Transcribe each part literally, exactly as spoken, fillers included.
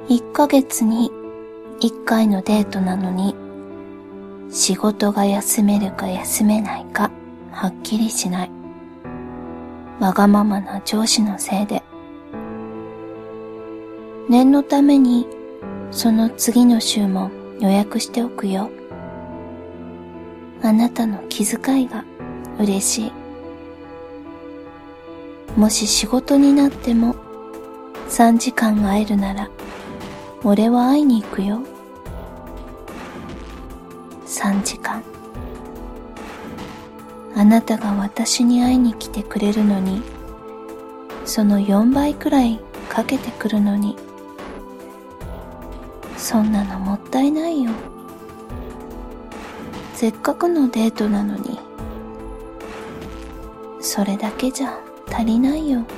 いっかげつにいっかいのデートなのに、仕事が休めるか休めないかはっきりしない。わがままな上司のせいで。念のためにその次の週も予約しておくよ。あなたの気遣いが嬉しい。もし仕事になってもさんじかん会えるなら、俺は会いに行くよ。さんじかん。あなたが私に会いに来てくれるのに、そのよんばいくらいかけてくるのに、そんなのもったいないよ。せっかくのデートなのに、それだけじゃ足りないよ。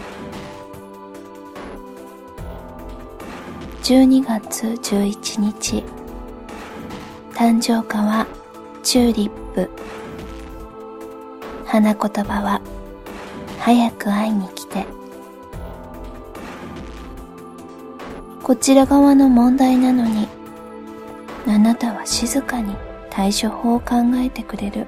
じゅうにがつじゅういちにち、誕生花はチューリップ。花言葉は早く会いに来て。こちら側の問題なのに、あなたは静かに対処法を考えてくれる。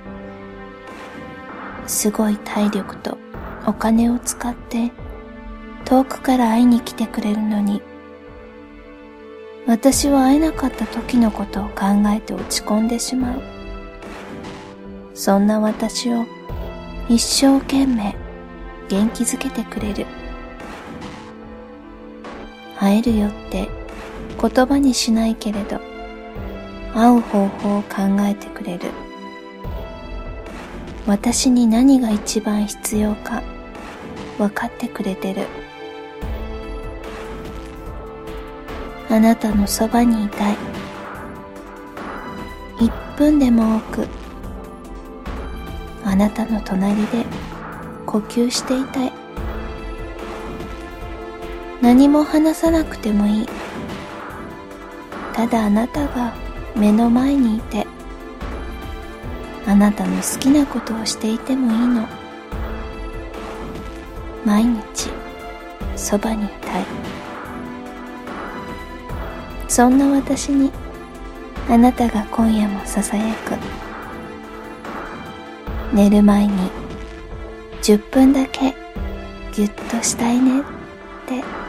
すごい体力とお金を使って遠くから会いに来てくれるのに、私は会えなかった時のことを考えて落ち込んでしまう。そんな私を一生懸命元気づけてくれる。会えるよって言葉にしないけれど、会う方法を考えてくれる。私に何が一番必要か分かってくれてる。あなたのそばにいたい。一分でも多くあなたの隣で呼吸していたい。何も話さなくてもいい。ただあなたが目の前にいて、あなたの好きなことをしていてもいいの。毎日そばにいたい。そんな私にあなたが今夜もささやく。寝る前にじゅっぷんだけぎゅっとしたいねって。